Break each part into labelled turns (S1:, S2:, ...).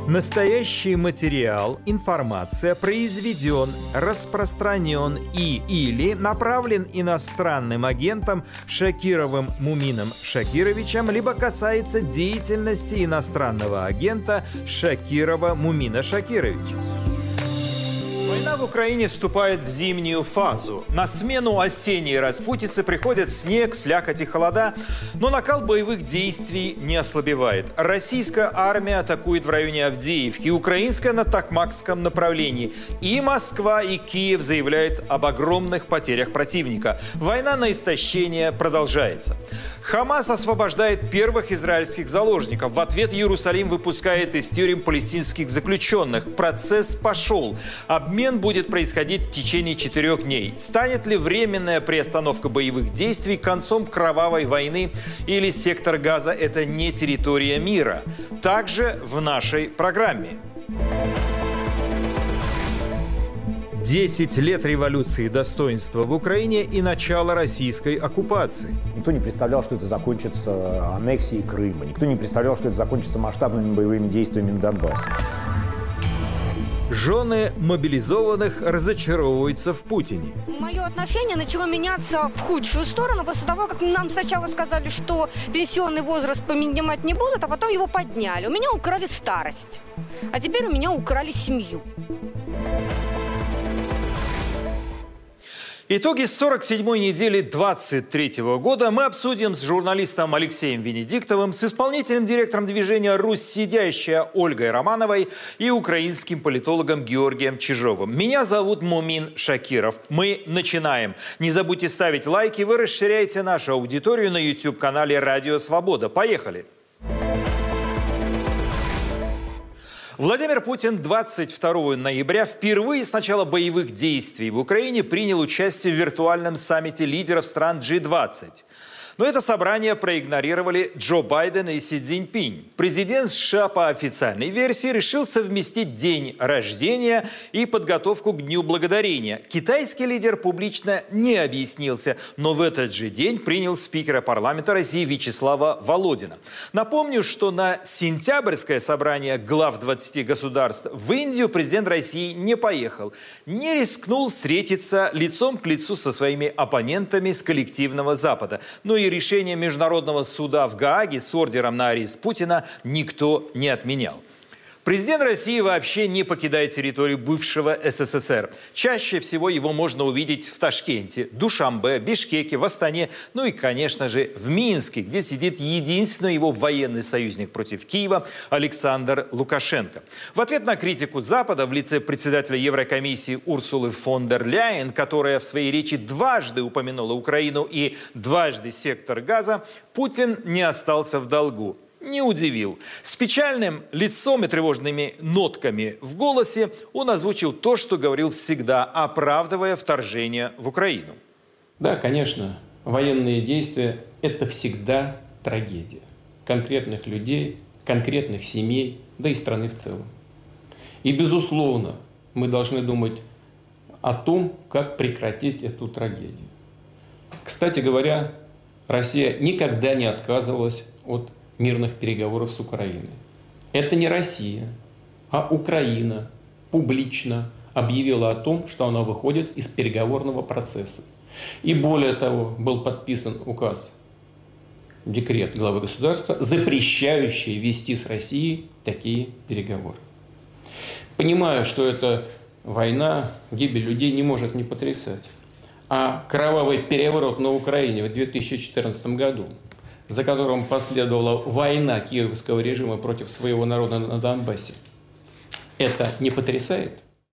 S1: Настоящий материал, информация произведен, распространен или направлен иностранным агентом Шакировым Мумином Шакировичем, либо касается деятельности иностранного агента Шакирова Мумина Шакировича. Война в Украине вступает в зимнюю фазу. На смену осенней распутицы приходят снег, слякоть и холода, но накал боевых действий не ослабевает. Российская армия атакует в районе Авдеевки, украинская на Токмакском направлении. И Москва, и Киев заявляют об огромных потерях противника. Война на истощение продолжается. Хамас освобождает первых израильских заложников. В ответ Иерусалим выпускает из тюрем палестинских заключенных. Процесс пошел. Обмен будет происходить в течение 4 дней. Станет ли временная приостановка боевых действий концом кровавой войны или сектор Газа – это не территория мира? Также в нашей программе. 10 лет революции достоинства в Украине и начало российской оккупации.
S2: Никто не представлял, что это закончится аннексией Крыма. Никто не представлял, что это закончится масштабными боевыми действиями на Донбассе.
S1: Жены мобилизованных разочаровываются в Путине.
S3: Мое отношение начало меняться в худшую сторону после того, как нам сначала сказали, что пенсионный возраст поднимать не будут, а потом его подняли. У меня украли старость, а теперь у меня украли семью.
S1: Итоги 47-й недели 2023 года мы обсудим с журналистом Алексеем Венедиктовым, с исполнительным директором движения «Русь сидящая» Ольгой Романовой и украинским политологом Георгием Чижовым. Меня зовут Мумин Шакиров. Мы начинаем. Не забудьте ставить лайки, вы расширяете нашу аудиторию на YouTube-канале «Радио Свобода». Поехали! Владимир Путин 22 ноября впервые с начала боевых действий в Украине принял участие в виртуальном саммите лидеров стран G20. Но это собрание проигнорировали Джо Байден и Си Цзиньпинь. Президент США по официальной версии решил совместить день рождения и подготовку к Дню Благодарения. Китайский лидер публично не объяснился, но в этот же день принял спикера парламента России Вячеслава Володина. Напомню, что на сентябрьское собрание глав 20 государств в Индию президент России не поехал. Не рискнул встретиться лицом к лицу со своими оппонентами с коллективного Запада. Но и решение Международного суда в Гааге с ордером на арест Путина никто не отменял. Президент России вообще не покидает территорию бывшего СССР. Чаще всего его можно увидеть в Ташкенте, Душанбе, Бишкеке, в Астане, ну и, конечно же, в Минске, где сидит единственный его военный союзник против Киева Александр Лукашенко. В ответ на критику Запада в лице председателя Еврокомиссии Урсулы фон дер Ляйен, которая в своей речи дважды упомянула Украину и дважды сектор Газа, Путин не остался в долгу. Не удивил. С печальным лицом и тревожными нотками в голосе он озвучил то, что говорил всегда, оправдывая вторжение в Украину.
S4: Да, конечно, военные действия – это всегда трагедия конкретных людей, конкретных семей, да и страны в целом. И, безусловно, мы должны думать о том, как прекратить эту трагедию. Кстати говоря, Россия никогда не отказывалась от мирных переговоров с Украиной. Это не Россия, а Украина публично объявила о том, что она выходит из переговорного процесса. И более того, был подписан указ, декрет главы государства, запрещающий вести с Россией такие переговоры. Понимаю, что эта война, гибель людей не может не потрясать. А кровавый переворот на Украине в 2014 году, за которым последовала война киевского режима против своего народа на Донбассе, это не потрясает?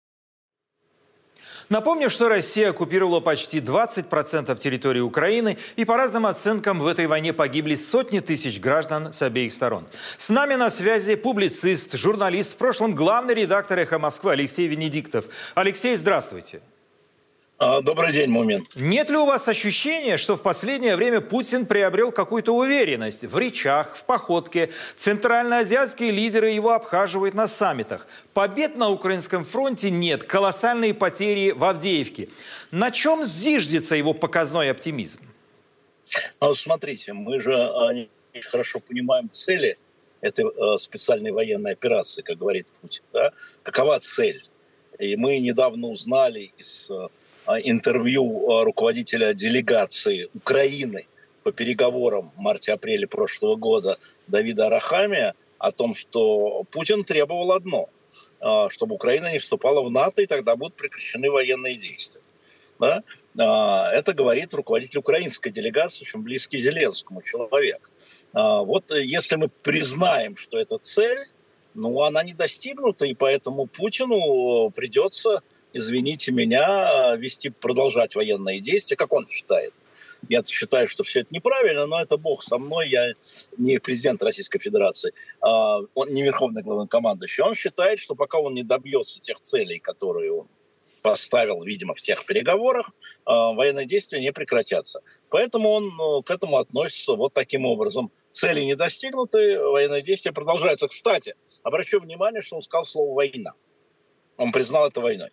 S1: Напомню, что Россия оккупировала почти 20% территории Украины, и по разным оценкам в этой войне погибли сотни тысяч граждан с обеих сторон. С нами на связи публицист, журналист, в прошлом главный редактор «Эхо Москвы» Алексей Венедиктов. Алексей, здравствуйте.
S5: Добрый день, Мумин.
S1: Нет ли у вас ощущения, что в последнее время Путин приобрел какую-то уверенность в речах, в походке? Центральноазиатские лидеры его обхаживают на саммитах. Побед на украинском фронте нет, колоссальные потери в Авдеевке. На чем зиждется его показной оптимизм?
S5: Смотрите, мы же хорошо понимаем цели этой специальной военной операции, как говорит Путин. Да? Какова цель? И мы недавно узнали из интервью руководителя делегации Украины по переговорам в марте-апреле прошлого года Давида Арахамия о том, что Путин требовал одно, чтобы Украина не вступала в НАТО, и тогда будут прекращены военные действия. Да? Это говорит руководитель украинской делегации, очень близкий Зеленскому человек. Вот если мы признаем, что это цель, она не достигнута, и поэтому Путину придется, извините меня, продолжать военные действия, как он считает. Я считаю, что все это неправильно, но это бог со мной, я не президент Российской Федерации, он не верховный главнокомандующий. Он считает, что пока он не добьется тех целей, которые он поставил, видимо, в тех переговорах, военные действия не прекратятся. Поэтому он к этому относится вот таким образом. Цели не достигнуты, военные действия продолжаются. Кстати, обращу внимание, что он сказал слово «война». Он признал это войной.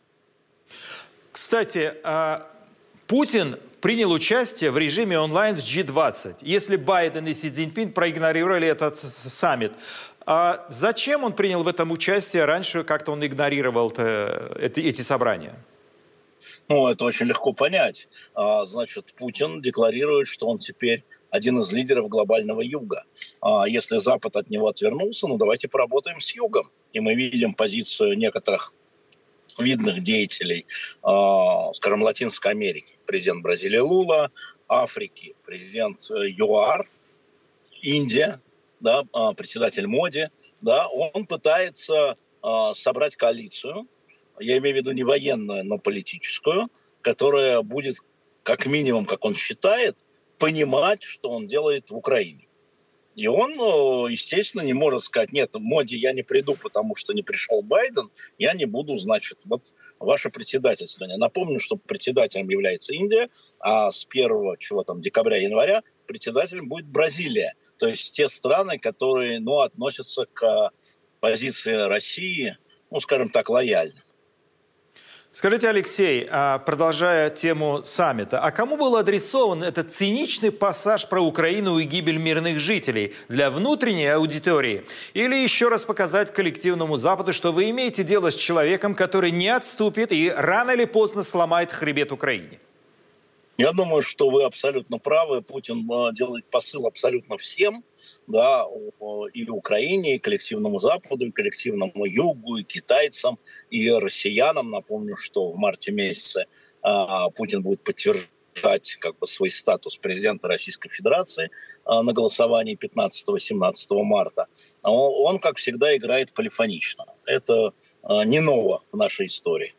S1: Кстати, Путин принял участие в режиме онлайн в G20. Если Байден и Си Цзиньпин проигнорировали этот саммит, зачем он принял в этом участие? Раньше как-то он игнорировал эти собрания.
S5: Это очень легко понять. Значит, Путин декларирует, что он теперь один из лидеров глобального юга. Если Запад от него отвернулся, давайте поработаем с югом. И мы видим позицию некоторых видных деятелей, скажем, Латинской Америки. Президент Бразилии Лула, Африки президент ЮАР, Индия, да, председатель Моди. Да, он пытается собрать коалицию, я имею в виду не военную, но политическую, которая будет, как минимум, как он считает, понимать, что он делает в Украине. И он, естественно, не может сказать: нет, Моди, я не приду, потому что не пришел Байден, я не буду, значит, вот ваше председательствование. Напомню, что председателем является Индия, а с 1 декабря-января председателем будет Бразилия. То есть те страны, которые, относятся к позиции России, скажем так, лояльно.
S1: Скажите, Алексей, продолжая тему саммита, а кому был адресован этот циничный пассаж про Украину и гибель мирных жителей? Для внутренней аудитории? Или еще раз показать коллективному Западу, что вы имеете дело с человеком, который не отступит и рано или поздно сломает хребет Украине?
S5: Я думаю, что вы абсолютно правы. Путин делает посыл абсолютно всем, да, и Украине, и коллективному Западу, и коллективному Югу, и китайцам, и россиянам. Напомню, что в марте месяце Путин будет подтверждать свой статус президента Российской Федерации на голосовании 15-17 марта. Он, как всегда, играет полифонично. Это не ново в нашей истории.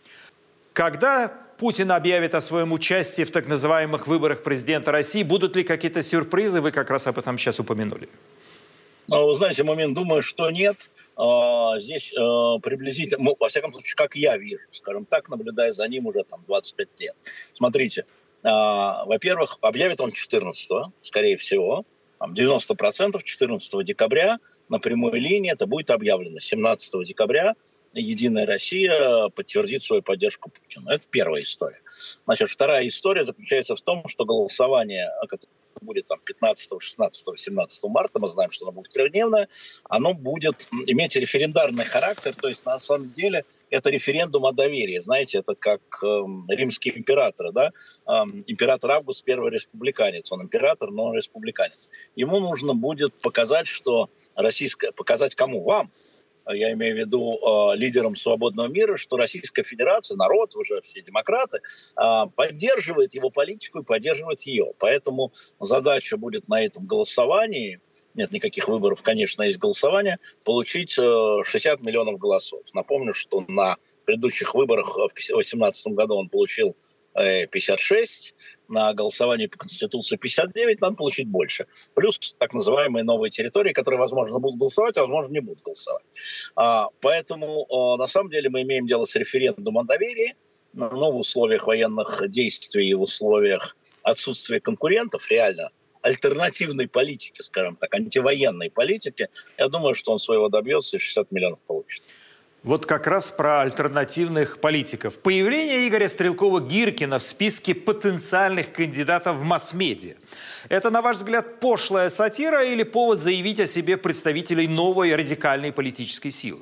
S1: Когда Путин объявит о своем участии в так называемых выборах президента России, будут ли какие-то сюрпризы? Вы как раз об этом сейчас упомянули.
S5: Вы знаете, думаю, что нет. Здесь приблизительно, во всяком случае, как я вижу, скажем так, наблюдая за ним уже 25 лет. Смотрите, во-первых, объявит он 14-го, скорее всего, 90% 14 декабря на прямой линии это будет объявлено. 17 декабря «Единая Россия» подтвердит свою поддержку Путину. Это первая история. Значит, вторая история заключается в том, что голосование, которое будет 15, 16, 17 марта, мы знаем, что оно будет трехдневное, оно будет иметь референдарный характер, то есть на самом деле это референдум о доверии. Знаете, это как римские императоры, да? Император Август первый республиканец, он император, но он республиканец. Ему нужно будет показать, что показать кому? Вам. Я имею в виду лидерам свободного мира, что Российская Федерация, народ, уже все демократы, поддерживает его политику и поддерживает ее. Поэтому задача будет на этом голосовании, нет никаких выборов, конечно, есть голосование, получить 60 миллионов голосов. Напомню, что на предыдущих выборах в 2018 году он получил 56, на голосовании по Конституции 59, надо получить больше. Плюс так называемые новые территории, которые, возможно, будут голосовать, а, возможно, не будут голосовать. Поэтому, на самом деле, мы имеем дело с референдумом о доверии, но в условиях военных действий и в условиях отсутствия конкурентов, реально, альтернативной политики, скажем так, антивоенной политики, я думаю, что он своего добьется и 60 миллионов получит.
S1: Вот как раз про альтернативных политиков. Появление Игоря Стрелкова-Гиркина в списке потенциальных кандидатов в масс-медиа. Это, на ваш взгляд, пошлая сатира или повод заявить о себе представителей новой радикальной политической силы?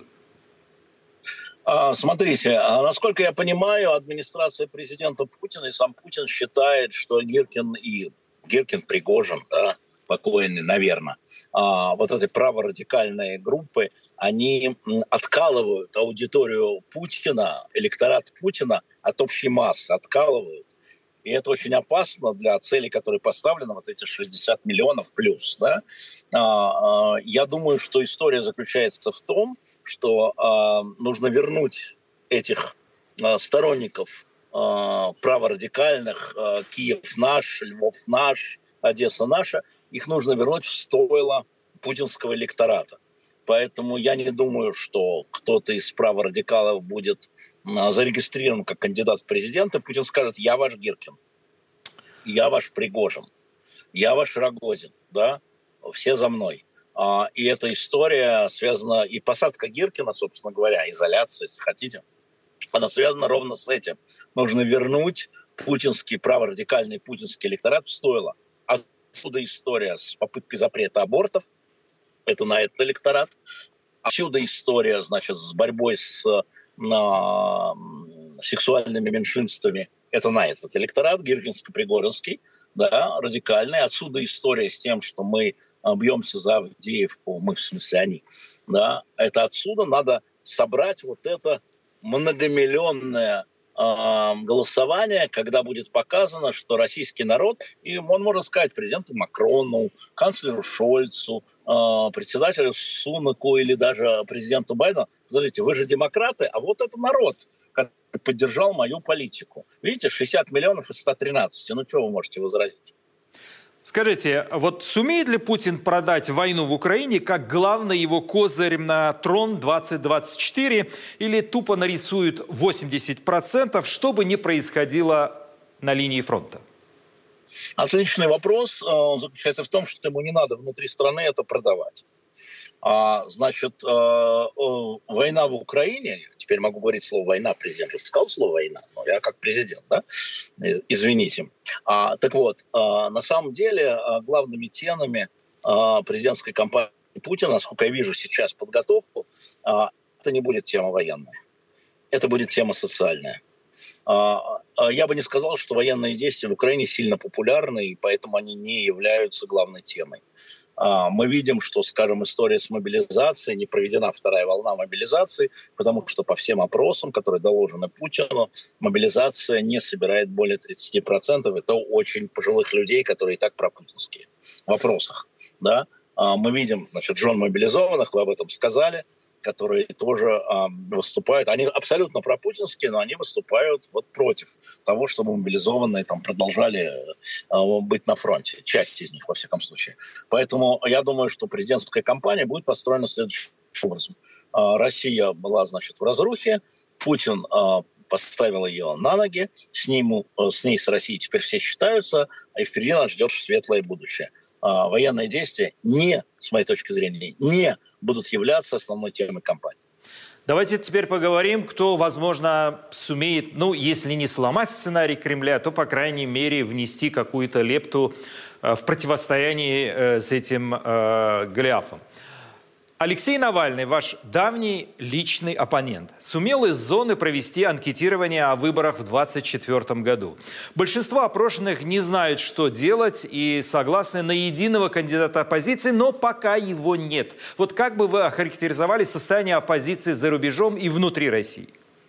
S5: Смотрите, насколько я понимаю, администрация президента Путина и сам Путин считает, что Гиркин, Пригожин, да, покойный, наверное, вот эти праворадикальные группы, они откалывают аудиторию Путина, электорат Путина от общей массы, откалывают. И это очень опасно для целей, которые поставлены, вот эти 60 миллионов плюс. Да? Я думаю, что история заключается в том, что нужно вернуть этих сторонников праворадикальных, Киев наш, Львов наш, Одесса наша, их нужно вернуть в стойло путинского электората. Поэтому я не думаю, что кто-то из праворадикалов будет зарегистрирован как кандидат в президенты. Путин скажет: я ваш Гиркин, я ваш Пригожин, я ваш Рогозин, да, все за мной. И эта история связана, и посадка Гиркина, собственно говоря, изоляция, если хотите, она связана ровно с этим. Нужно вернуть путинский, праворадикальный путинский электорат в стойло. Отсюда история с попыткой запрета абортов. Это на этот электорат. Отсюда история, значит, с борьбой с сексуальными меньшинствами. Это на этот электорат, Гиркинско-Пригожинский, да, радикальный. Отсюда история с тем, что мы бьемся за Авдеевку, мы, в смысле, они. Да. Это отсюда надо собрать вот это многомиллионное голосование, когда будет показано, что российский народ, и он может сказать президенту Макрону, канцлеру Шольцу, председателю Сунаку или даже президенту Байдену: подождите, вы же демократы, а вот это народ, который поддержал мою политику. Видите, 60 миллионов из 113. Ну, что вы можете возразить?
S1: Скажите, вот сумеет ли Путин продать войну в Украине как главный его козырь на трон 2024 или тупо нарисует 80%, что бы ни происходило на линии фронта?
S5: Отличный вопрос. Он заключается в том, что ему не надо внутри страны это продавать. Значит, война в Украине, теперь могу говорить слово «война», президент же сказал слово «война», но я как президент, да, извините. Так вот, на самом деле главными темами президентской кампании Путина, насколько я вижу сейчас подготовку, это не будет тема военная, это будет тема социальная. Я бы не сказал, что военные действия в Украине сильно популярны, и поэтому они не являются главной темой. Мы видим, что, скажем, история с мобилизацией, не проведена вторая волна мобилизации, потому что по всем опросам, которые доложены Путину, мобилизация не собирает более 30%. Это очень пожилых людей, которые и так пропутинские в вопросах. Да? Мы видим, значит, жен мобилизованных, вы об этом сказали, которые тоже выступают. Они абсолютно пропутинские, но они выступают вот против того, чтобы мобилизованные там продолжали быть на фронте. Часть из них, во всяком случае. Поэтому я думаю, что президентская кампания будет построена следующим образом. Россия была, значит, в разрухе. Путин поставил ее на ноги. С ней, с Россией теперь все считаются. И впереди нас ждет светлое будущее. Военные действия с моей точки зрения, не будут являться основной темой кампании.
S1: Давайте теперь поговорим, кто, возможно, сумеет, если не сломать сценарий Кремля, то, по крайней мере, внести какую-то лепту в противостоянии с этим Голиафом. Алексей Навальный, ваш давний личный оппонент, сумел из зоны провести анкетирование о выборах в 2024 году. Большинство опрошенных не знают, что делать, и согласны на единого кандидата оппозиции, но пока его нет. Вот как бы вы охарактеризовали состояние оппозиции за рубежом и внутри России?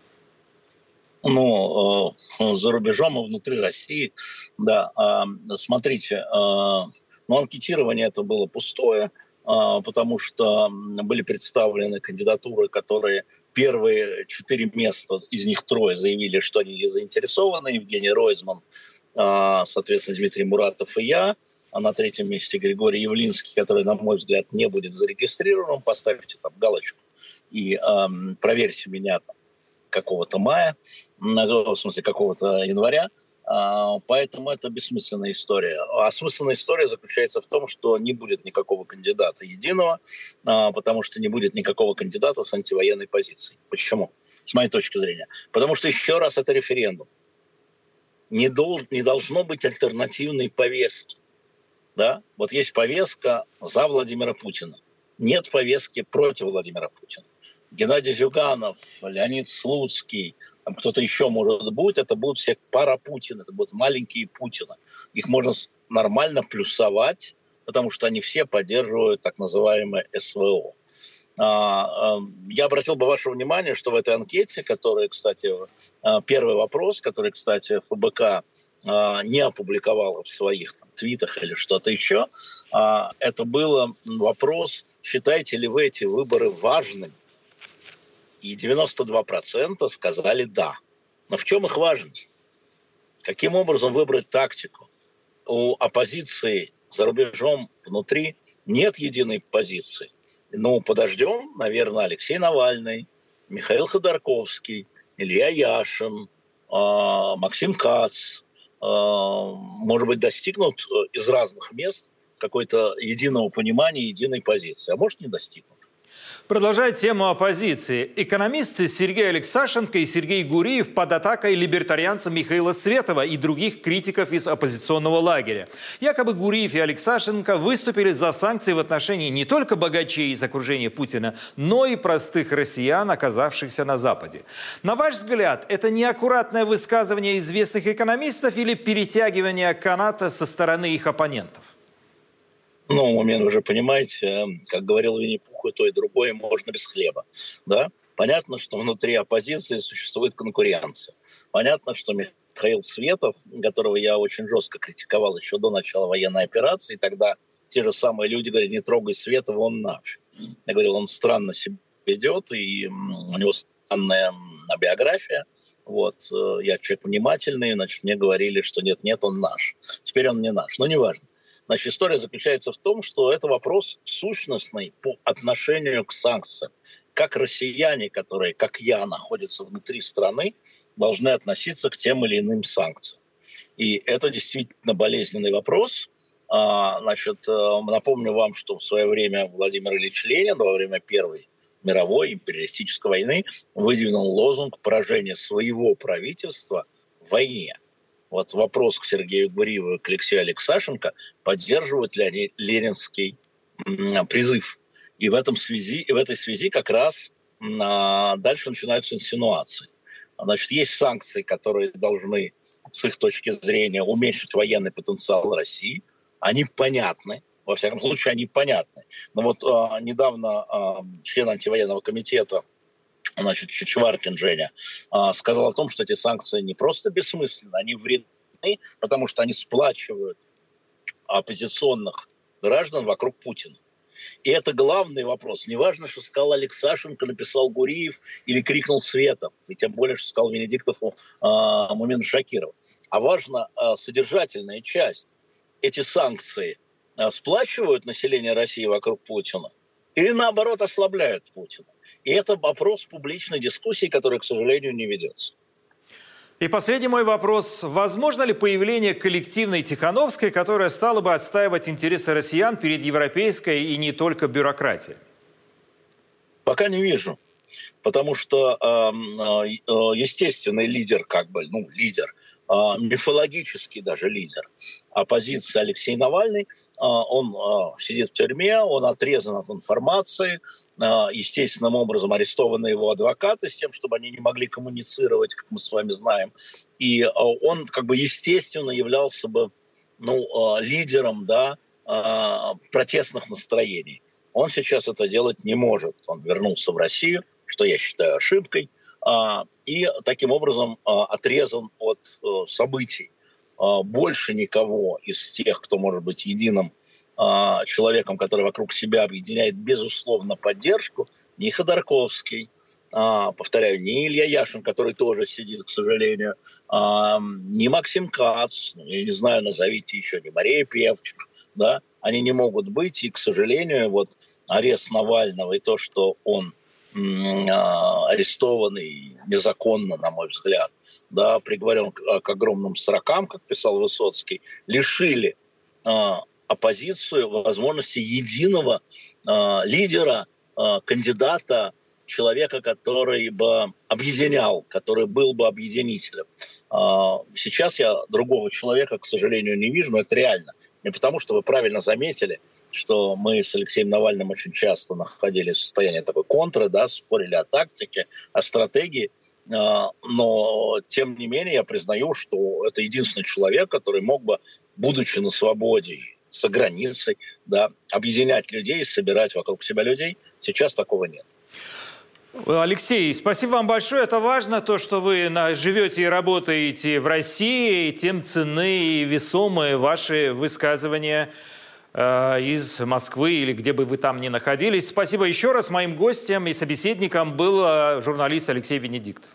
S5: За рубежом и внутри России, да. Смотрите, анкетирование это было пустое, потому что были представлены кандидатуры, которые первые 4 места, из них 3 заявили, что они не заинтересованы. Евгений Ройзман, соответственно, Дмитрий Муратов и я. А на 3-м месте Григорий Явлинский, который, на мой взгляд, не будет зарегистрирован. Поставьте там галочку и проверьте меня там какого-то мая, в смысле какого-то января. Поэтому это бессмысленная история. А смысленная история заключается в том, что не будет никакого кандидата единого, потому что не будет никакого кандидата с антивоенной позицией. Почему? С моей точки зрения. Потому что, еще раз, это референдум. Не должно быть альтернативной повестки. Да? Вот есть повестка за Владимира Путина. Нет повестки против Владимира Путина. Геннадий Зюганов, Леонид Слуцкий, там кто-то еще может быть, это будут все пара Путина, это будут маленькие Путина. Их можно нормально плюсовать, потому что они все поддерживают так называемое СВО. Я обратил бы ваше внимание, что в этой анкете, которая, кстати, первый вопрос, который, кстати, ФБК не опубликовала в своих там твитах или что-то еще, это был вопрос, считаете ли вы эти выборы важными? И 92% сказали «да». Но в чем их важность? Каким образом выбрать тактику? У оппозиции за рубежом внутри нет единой позиции. Ну, подождем, наверное, Алексей Навальный, Михаил Ходорковский, Илья Яшин, Максим Кац, может быть, достигнут из разных мест какой-то единого понимания, единой позиции. А может, не достигнут.
S1: Продолжая тему оппозиции. Экономисты Сергей Алексашенко и Сергей Гуриев под атакой либертарианца Михаила Светова и других критиков из оппозиционного лагеря. Якобы Гуриев и Алексашенко выступили за санкции в отношении не только богачей из окружения Путина, но и простых россиян, оказавшихся на Западе. На ваш взгляд, это неаккуратное высказывание известных экономистов или перетягивание каната со стороны их оппонентов?
S5: Ну, вы уже понимаете, как говорил Винни-Пух, и то, и другое можно без хлеба. Да? Понятно, что внутри оппозиции существует конкуренция. Понятно, что Михаил Светов, которого я очень жестко критиковал еще до начала военной операции, тогда те же самые люди говорят, не трогай Светова, он наш. Я говорил, он странно себя ведет, и у него странная биография. Вот. Я человек внимательный, значит, мне говорили, что нет, он наш. Теперь он не наш, но неважно. Значит, история заключается в том, что это вопрос сущностный по отношению к санкциям. Как россияне, которые, как я, находятся внутри страны, должны относиться к тем или иным санкциям. И это действительно болезненный вопрос. Значит, напомню вам, что в свое время Владимир Ильич Ленин во время Первой мировой империалистической войны выдвинул лозунг поражения своего правительства в войне. Вот вопрос к Сергею Гуриеву и к Алексею Алексашенко, поддерживают ли они ленинский призыв. И в этой связи как раз дальше начинаются инсинуации. Значит, есть санкции, которые должны, с их точки зрения, уменьшить военный потенциал России. Они понятны. Во всяком случае, они понятны. Но вот недавно член антивоенного комитета, значит, Чичваркин Женя, сказал о том, что эти санкции не просто бессмысленны, они вредны, потому что они сплачивают оппозиционных граждан вокруг Путина. И это главный вопрос. Не важно, что сказал Алексашенко, написал Гуриев или крикнул Светов, и тем более, что сказал Венедиктов Мумин Шакиров. А важна содержательная часть. Эти санкции сплачивают население России вокруг Путина или, наоборот, ослабляют Путина? И это вопрос публичной дискуссии, который, к сожалению, не ведется.
S1: И последний мой вопрос. Возможно ли появление коллективной Тихановской, которая стала бы отстаивать интересы россиян перед европейской и не только бюрократией?
S5: Пока не вижу. Потому что естественный лидер, лидер, мифологический даже лидер оппозиции Алексей Навальный, он сидит в тюрьме, он отрезан от информации, естественным образом арестованы его адвокаты с тем, чтобы они не могли коммуницировать, как мы с вами знаем. И он естественно являлся бы лидером протестных настроений. Он сейчас это делать не может. Он вернулся в Россию, что я считаю ошибкой, и таким образом отрезан от событий. Больше никого из тех, кто может быть единым человеком, который вокруг себя объединяет, безусловно, поддержку, ни Ходорковский, повторяю, ни Илья Яшин, который тоже сидит, к сожалению, ни Максим Кац, я не знаю, назовите еще, ни Мария Певчих, они не могут быть, и, к сожалению, арест Навального и то, что он арестованный незаконно, на мой взгляд, да, приговорен к огромным срокам, как писал Высоцкий, лишили оппозицию возможности единого лидера, кандидата, человека, который бы объединял, который был бы объединителем. Сейчас я другого человека, к сожалению, не вижу, но это реально. Не потому, что вы правильно заметили, что мы с Алексеем Навальным очень часто находились в состоянии такой контры, да, спорили о тактике, о стратегии, но тем не менее я признаю, что это единственный человек, который мог бы, будучи на свободе, за границей, да, объединять людей, собирать вокруг себя людей. Сейчас такого нет.
S1: Алексей, спасибо вам большое. Это важно, то, что вы живете и работаете в России, и тем ценны и весомы ваши высказывания из Москвы или где бы вы там ни находились. Спасибо еще раз. Моим гостем и собеседником был журналист Алексей Венедиктов.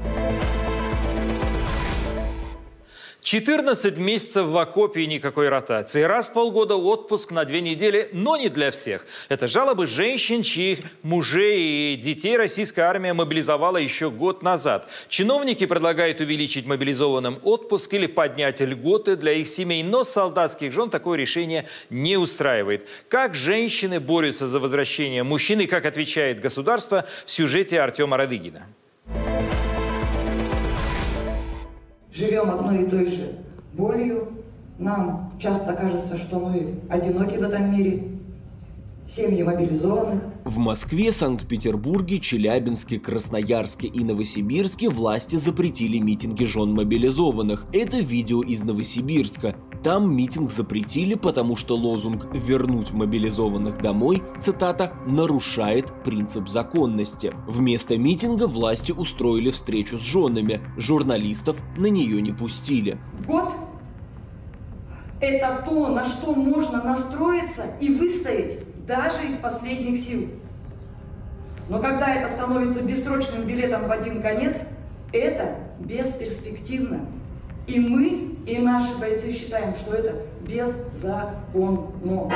S1: 14 месяцев в окопе и никакой ротации. Раз в полгода отпуск на 2 недели, но не для всех. Это жалобы женщин, чьих мужей и детей российская армия мобилизовала еще год назад. Чиновники предлагают увеличить мобилизованным отпуск или поднять льготы для их семей, но солдатских жен такое решение не устраивает. Как женщины борются за возвращение мужчин и как отвечает государство, в сюжете Артема Радыгина.
S6: Живем одной и той же болью. Нам часто кажется, что мы одиноки в этом мире. Семьи мобилизованных.
S7: В Москве, Санкт-Петербурге, Челябинске, Красноярске и Новосибирске власти запретили митинги жен мобилизованных. Это видео из Новосибирска. Там митинг запретили, потому что лозунг «вернуть мобилизованных домой», цитата, «нарушает принцип законности». Вместо митинга власти устроили встречу с женами. Журналистов на нее не пустили.
S6: Год – это то, на что можно настроиться и выстоять даже из последних сил. Но когда это становится бессрочным билетом в один конец, это бесперспективно. И мы, и наши бойцы считаем, что это беззаконно.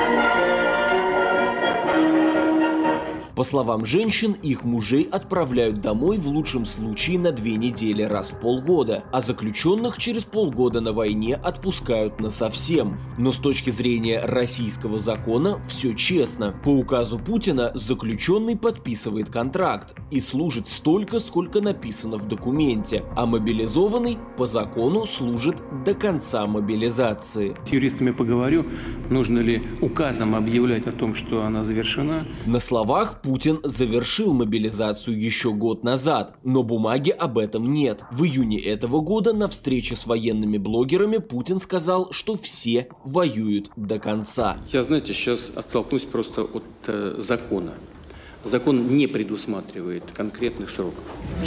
S7: По словам женщин, их мужей отправляют домой в лучшем случае на 2 недели раз в полгода, а заключенных через полгода на войне отпускают насовсем. Но с точки зрения российского закона все честно. По указу Путина заключенный подписывает контракт и служит столько, сколько написано в документе, а мобилизованный по закону служит до конца мобилизации.
S4: С юристами поговорю, нужно ли указом объявлять о том, что она завершена.
S7: На словах Путин завершил мобилизацию еще год назад, но бумаги об этом нет. В июне этого года на встрече с военными блогерами Путин сказал, что все воюют до конца.
S4: Я, знаете, сейчас оттолкнусь просто от закона. Закон не предусматривает конкретных сроков.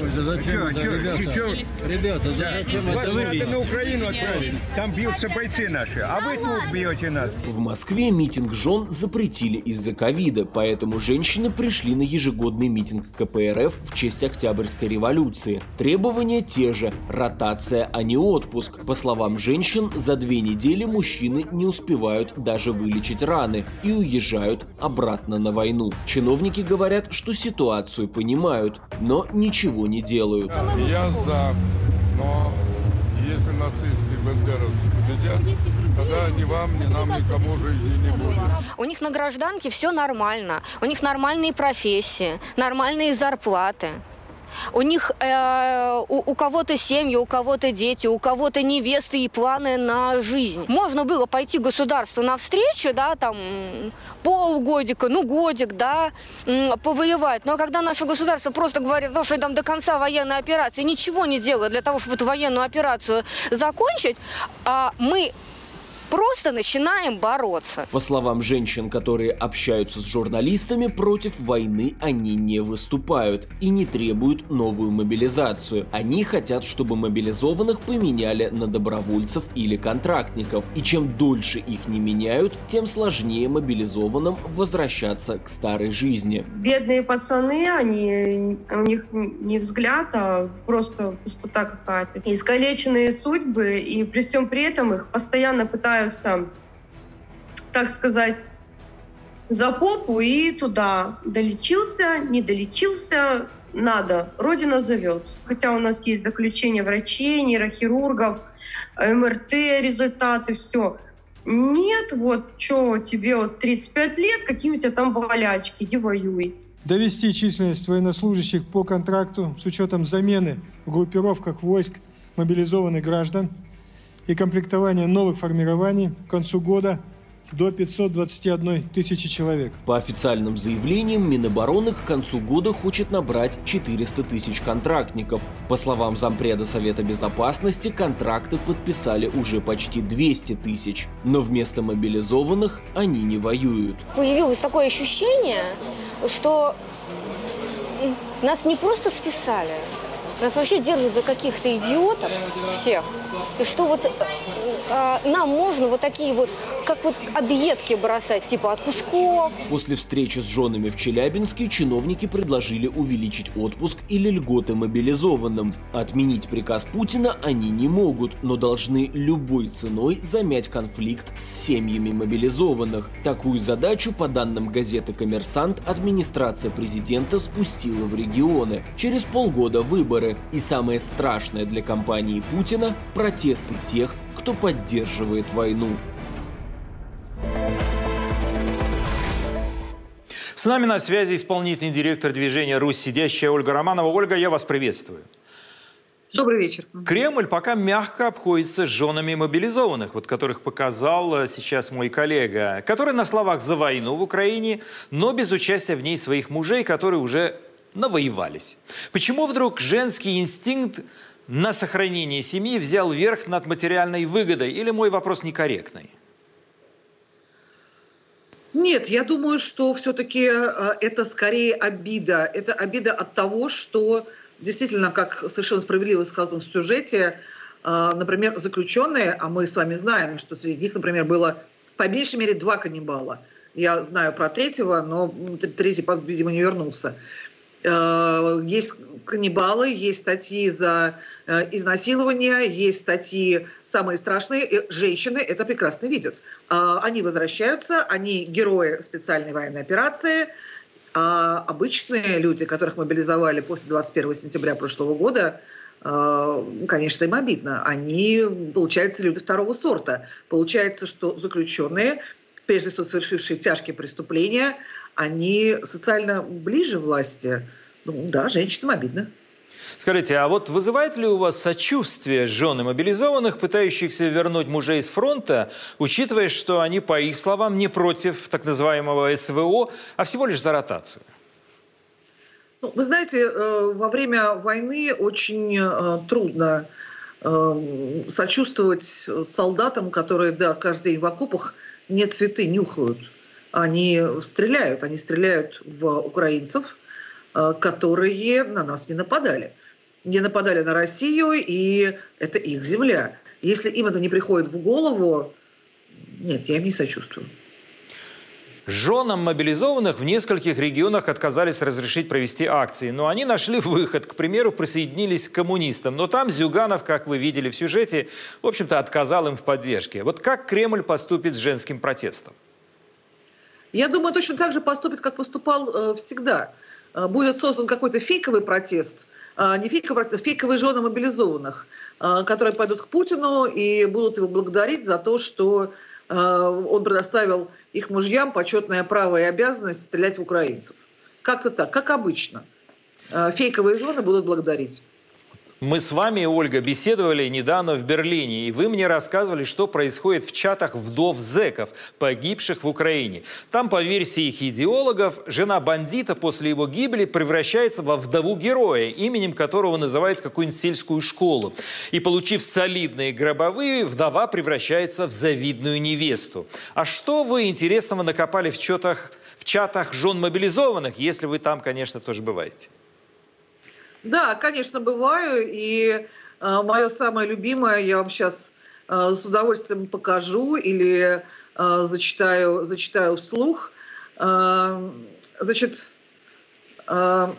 S8: Ребята, вас надо на Украину отправить. Там бьются бойцы наши, а вы тут бьете нас.
S7: В Москве митинг жен запретили из-за ковида, поэтому женщины пришли на ежегодный митинг КПРФ в честь Октябрьской революции. Требования те же – ротация, а не отпуск. По словам женщин, за 2 недели мужчины не успевают даже вылечить раны и уезжают обратно на войну. Чиновники говорят, что ситуацию понимают, но ничего не делают.
S9: Я за, но если нацисты и бандеровцы победят, тогда ни вам, ни нам, никому жизни не будет.
S3: У них на гражданке все нормально. У них нормальные профессии, нормальные зарплаты. У них у кого-то семьи, у кого-то дети, у кого-то невесты и планы на жизнь. Можно было пойти государству навстречу, да, там полгодика, годик, да, повоевать. Но когда наше государство просто говорит, что там до конца военной операции ничего не делает для того, чтобы эту военную операцию закончить, мы просто начинаем бороться.
S7: По словам женщин, которые общаются с журналистами, против войны они не выступают и не требуют новую мобилизацию. Они хотят, чтобы мобилизованных поменяли на добровольцев или контрактников. И чем дольше их не меняют, тем сложнее мобилизованным возвращаться к старой жизни.
S10: Бедные пацаны, у них не взгляд, а просто пустота какая-то. Искалеченные судьбы, и при всем при этом их постоянно пытаются, так сказать, за попу и туда. Долечился, не долечился, надо. Родина зовет. Хотя у нас есть заключение врачей, нейрохирургов, МРТ, результаты, все. Нет, вот что, тебе вот 35 лет, какие у тебя там болячки, иди воюй.
S11: Довести численность военнослужащих по контракту с учетом замены в группировках войск мобилизованных граждан и комплектования новых формирований к концу года до 521 тысячи человек.
S7: По официальным заявлениям, Минобороны к концу года хочет набрать 400 тысяч контрактников. По словам зампреда Совета Безопасности, контракты подписали уже почти 200 тысяч. Но вместо мобилизованных они не воюют.
S3: Появилось такое ощущение, что нас не просто списали, нас вообще держат за каких-то идиотов всех. И что вот нам можно вот такие вот, как вот объедки бросать, типа отпусков.
S7: После встречи с женами в Челябинске чиновники предложили увеличить отпуск или льготы мобилизованным. Отменить приказ Путина они не могут, но должны любой ценой замять конфликт с семьями мобилизованных. Такую задачу, по данным газеты «Коммерсант», администрация президента спустила в регионы. Через полгода выборы. И самое страшное для кампании Путина – протесты тех, кто поддерживает войну.
S1: С нами на связи исполнительный директор движения «Русь сидящая» Ольга Романова. Ольга, я вас приветствую.
S12: Добрый вечер.
S1: Кремль пока мягко обходится с женами мобилизованных, вот которых показал сейчас мой коллега, которые на словах за войну в Украине, но без участия в ней своих мужей, которые уже навоевались. Почему вдруг женский инстинкт на сохранение семьи взял верх над материальной выгодой? Или мой вопрос некорректный?
S12: Нет, я думаю, что все-таки это скорее обида. Это обида от того, что действительно, как совершенно справедливо сказано в сюжете, например, заключенные, а мы с вами знаем, что среди них, например, было по меньшей мере 2 каннибала. Я знаю про 3-го, но 3-й, видимо, не вернулся. Есть каннибалы, есть статьи за изнасилование, есть статьи самые страшные. И женщины это прекрасно видят. Они возвращаются, они герои специальной военной операции. А обычные люди, которых мобилизовали после 21 сентября прошлого года, конечно, им обидно. Они, получается, люди второго сорта. Получается, что заключенные, прежде всего совершившие тяжкие преступления, они социально ближе власти. Ну да, женщинам обидно.
S1: Скажите, а вот вызывает ли у вас сочувствие жены мобилизованных, пытающихся вернуть мужей с фронта, учитывая, что они, по их словам, не против так называемого СВО, а всего лишь за ротацию?
S12: Ну, вы знаете, во время войны очень трудно сочувствовать солдатам, которые, да, каждый день в окопах не цветы нюхают. Они стреляют в украинцев, которые на нас не нападали. Не нападали на Россию, и это их земля. Если им это не приходит в голову, нет, я им не сочувствую.
S1: Женам мобилизованных в нескольких регионах отказались разрешить провести акции. Но они нашли выход. К примеру, присоединились к коммунистам. Но там Зюганов, как вы видели в сюжете, в общем-то, отказал им в поддержке. Вот как Кремль поступит с женским протестом?
S12: Я думаю, точно так же поступит, как поступал всегда. Будет создан какой-то фейковый протест, не фейковый протест, фейковые жены мобилизованных, которые пойдут к Путину и будут его благодарить за то, что он предоставил их мужьям почетное право и обязанность стрелять в украинцев. Как-то так, как обычно. Фейковые жены будут благодарить.
S1: Мы с вами, Ольга, беседовали недавно в Берлине, и вы мне рассказывали, что происходит в чатах вдов зэков, погибших в Украине. Там, по версии их идеологов, жена бандита после его гибели превращается во вдову героя, именем которого называют какую-нибудь сельскую школу. И, получив солидные гробовые, вдова превращается в завидную невесту. А что вы интересного накопали в чатах жен мобилизованных, если вы там, конечно, тоже бываете?
S12: Да, конечно, бываю, и мое самое любимое я вам сейчас с удовольствием покажу или зачитаю вслух. Значит, это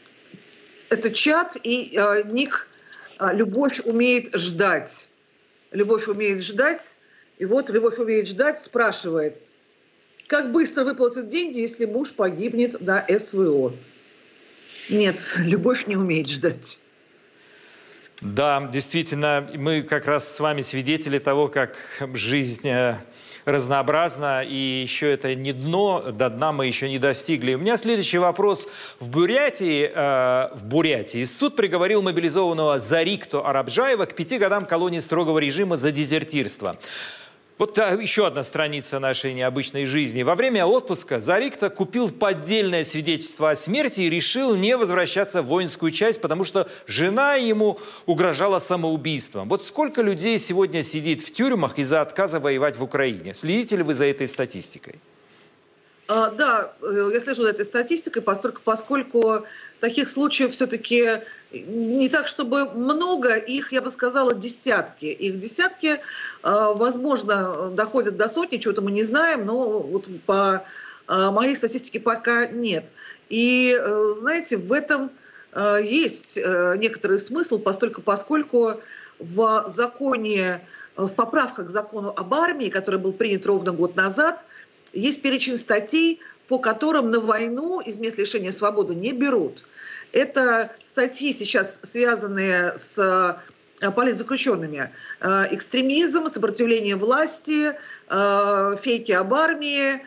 S12: чат и ник «Любовь умеет ждать». Любовь умеет ждать, и вот «Любовь умеет ждать» спрашивает: Как быстро выплатят деньги, если муж погибнет на СВО? Нет, любовь не умеет ждать.
S1: Да, действительно, мы как раз с вами свидетели того, как жизнь разнообразна, и еще это не дно, до дна мы еще не достигли. У меня следующий вопрос. В Бурятии суд приговорил мобилизованного Зарикто Арабжаева к 5 годам колонии строгого режима за дезертирство. Вот еще одна страница нашей необычной жизни. Во время отпуска Зарикто купил поддельное свидетельство о смерти и решил не возвращаться в воинскую часть, потому что жена ему угрожала самоубийством. Вот сколько людей сегодня сидит в тюрьмах из-за отказа воевать в Украине? Следите ли вы за этой статистикой?
S12: Да, я слежу за этой статистикой, поскольку таких случаев все-таки не так, чтобы много, их, я бы сказала, десятки. Их десятки, возможно, доходят до сотни, чего-то мы не знаем, но вот по моей статистике пока нет. И, знаете, в этом есть некоторый смысл, поскольку в законе, в поправках к закону об армии, который был принят ровно год назад, есть перечень статей, по которым на войну из мест лишения свободы не берут. Это статьи сейчас связанные с политзаключенными. Экстремизм, сопротивление власти, фейки об армии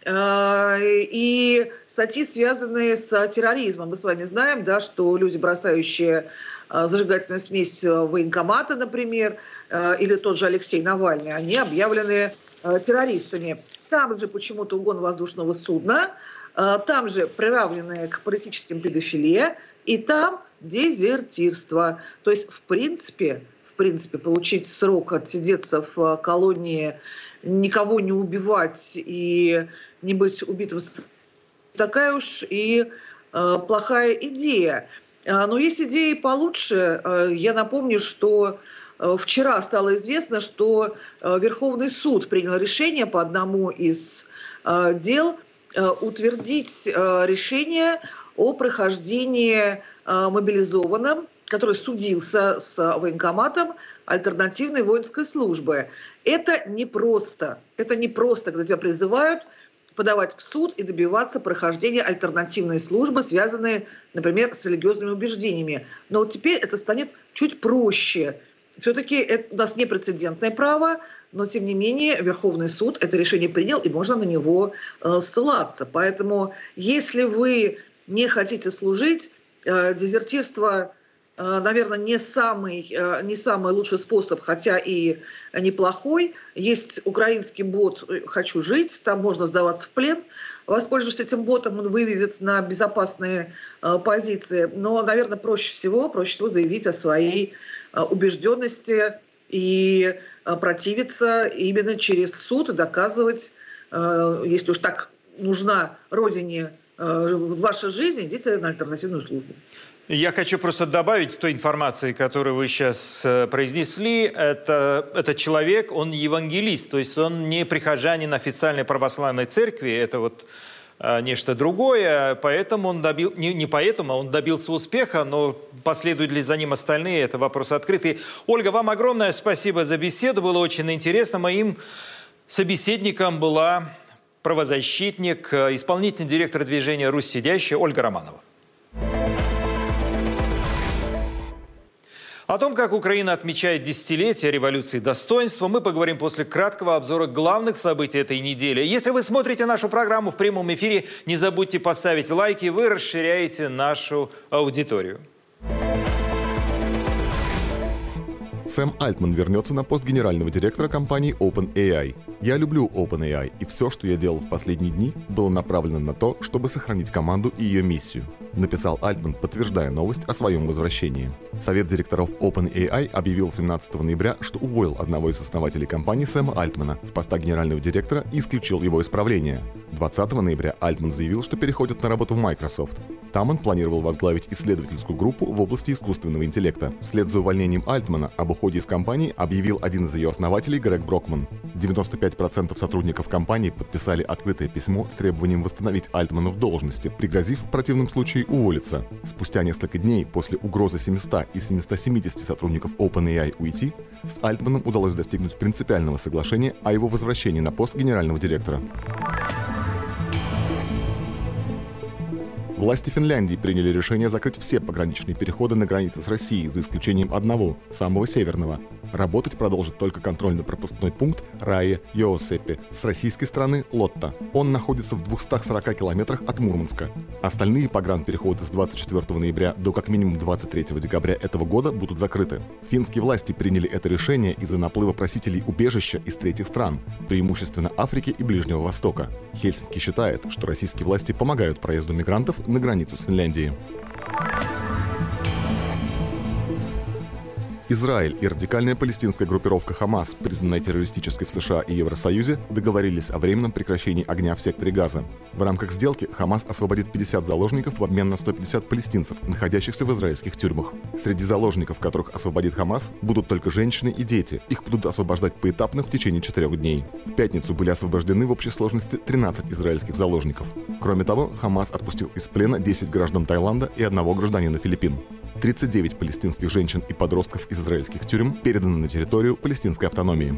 S12: и статьи, связанные с терроризмом. Мы с вами знаем, да, что люди, бросающие зажигательную смесь военкомата, например, или тот же Алексей Навальный, они объявлены террористами. Там же почему-то угон воздушного судна, там же приравненные к политическим педофилия, и там дезертирство. То есть, в принципе, получить срок, отсидеться в колонии, никого не убивать и не быть убитым, такая уж и плохая идея. Но есть идеи получше. Я напомню, что вчера стало известно, что Верховный суд принял решение по одному из дел утвердить решение о прохождении мобилизованным, который судился с военкоматом, альтернативной воинской службы. Это непросто. Это непросто, когда тебя призывают подавать в суд и добиваться прохождения альтернативной службы, связанной, например, с религиозными убеждениями. Но вот теперь это станет чуть проще. Все-таки это у нас непрецедентное право, но, тем не менее, Верховный суд это решение принял, и можно на него ссылаться. Поэтому, если вы не хотите служить, дезертирство, наверное, не самый лучший способ, хотя и неплохой. Есть украинский бот «Хочу жить», там можно сдаваться в плен. Воспользовавшись этим ботом, он вывезет на безопасные позиции. Но, наверное, проще всего заявить о своей убежденности и противиться именно через суд и доказывать, если уж так нужна Родине ваша жизнь, идите на альтернативную службу.
S1: Я хочу просто добавить к той информации, которую вы сейчас произнесли. Это человек, он евангелист, то есть он не прихожанин официальной православной церкви, это вот нечто другое, поэтому он он добился успеха, но последуют ли за ним остальные, это вопрос открытый. Ольга, вам огромное спасибо за беседу, было очень интересно. Моим собеседником была правозащитник, исполнительный директор движения «Русь сидящая» Ольга Романова. О том, как Украина отмечает десятилетие революции достоинства, мы поговорим после краткого обзора главных событий этой недели. Если вы смотрите нашу программу в прямом эфире, не забудьте поставить лайки, вы расширяете нашу аудиторию.
S13: Сэм Альтман вернется на пост генерального директора компании OpenAI. «Я люблю OpenAI, и все, что я делал в последние дни, было направлено на то, чтобы сохранить команду и ее миссию», написал Альтман, подтверждая новость о своем возвращении. Совет директоров OpenAI объявил 17 ноября, что уволил одного из основателей компании Сэма Альтмана с поста генерального директора и исключил его из правления. 20 ноября Альтман заявил, что переходит на работу в Microsoft. Там он планировал возглавить исследовательскую группу в области искусственного интеллекта. Вслед за увольнением Альтмана об уходе из компании объявил один из ее основателей Грег Брокман. 95% сотрудников компании подписали открытое письмо с требованием восстановить Альтмана в должности, пригрозив в противном случае уволиться. Спустя несколько дней после угрозы 700 из 770 сотрудников OpenAI уйти, с Альтманом удалось достигнуть принципиального соглашения о его возвращении на пост генерального директора. Власти Финляндии приняли решение закрыть все пограничные переходы на границе с Россией, за исключением одного, самого северного. Работать продолжит только контрольно-пропускной пункт Рае-Йоосепи с российской стороны Лотта. Он находится в 240 километрах от Мурманска. Остальные погранпереходы с 24 ноября до как минимум 23 декабря этого года будут закрыты. Финские власти приняли это решение из-за наплыва просителей убежища из третьих стран, преимущественно Африки и Ближнего Востока. Хельсинки считает, что российские власти помогают проезду мигрантов на границе с Финляндией. Израиль и радикальная палестинская группировка «Хамас», признанная террористической в США и Евросоюзе, договорились о временном прекращении огня в секторе Газа. В рамках сделки «Хамас» освободит 50 заложников в обмен на 150 палестинцев, находящихся в израильских тюрьмах. Среди заложников, которых освободит «Хамас», будут только женщины и дети. Их будут освобождать поэтапно в течение 4 дней. В пятницу были освобождены в общей сложности 13 израильских заложников. Кроме того, «Хамас» отпустил из плена 10 граждан Таиланда и 1 гражданина Филиппин. 39 палестинских женщин и подростков из израильских тюрем переданы на территорию палестинской автономии.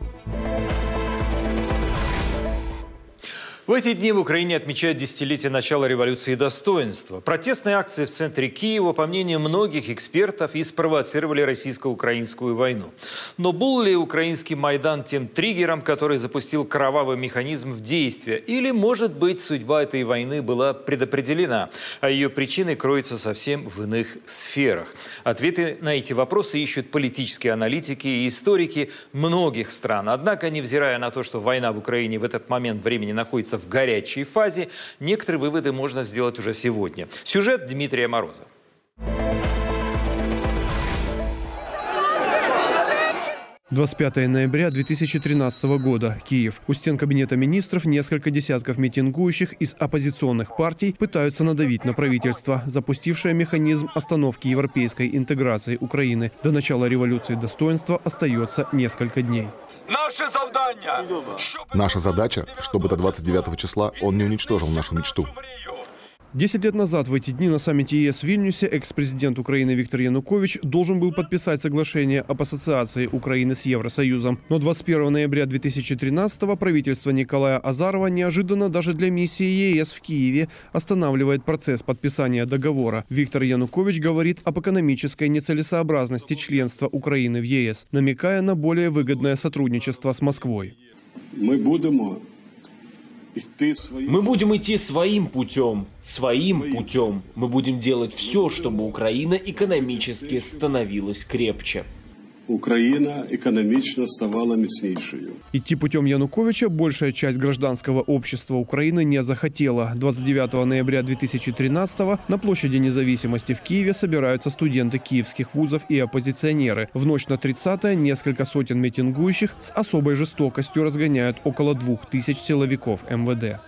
S1: В эти дни в Украине отмечают десятилетие начала революции достоинства. Протестные акции в центре Киева, по мнению многих экспертов, и спровоцировали российско-украинскую войну. Но был ли украинский Майдан тем триггером, который запустил кровавый механизм в действие? Или, может быть, судьба этой войны была предопределена, а ее причины кроются совсем в иных сферах? Ответы на эти вопросы ищут политические аналитики и историки многих стран. Однако, невзирая на то, что война в Украине в этот момент времени находится в горячей фазе, некоторые выводы можно сделать уже сегодня. Сюжет Дмитрия Мороза.
S14: – 25 ноября 2013 года. Киев. У стен Кабинета министров несколько десятков митингующих из оппозиционных партий пытаются надавить на правительство, запустившее механизм остановки европейской интеграции Украины. До начала революции достоинства остается несколько дней.
S13: Наша задача, чтобы до 29 числа он не уничтожил нашу мечту.
S14: 10 лет назад в эти дни на саммите ЕС в Вильнюсе экс-президент Украины Виктор Янукович должен был подписать соглашение об ассоциации Украины с Евросоюзом. Но 21 ноября 2013-го правительство Николая Азарова неожиданно даже для миссии ЕС в Киеве останавливает процесс подписания договора. Виктор Янукович говорит об экономической нецелесообразности членства Украины в ЕС, намекая на более выгодное сотрудничество с Москвой.
S15: Мы будем идти своим путем. Мы будем делать все, чтобы Украина экономически становилась крепче. Украина экономично ставала міцнішою.
S14: Идти путем Януковича большая часть гражданского общества Украины не захотела. 29 ноября 2013-го на площади Независимости в Киеве собираются студенты киевских вузов и оппозиционеры. В ночь на 30-е несколько сотен митингующих с особой жестокостью разгоняют около 2000 силовиков МВД.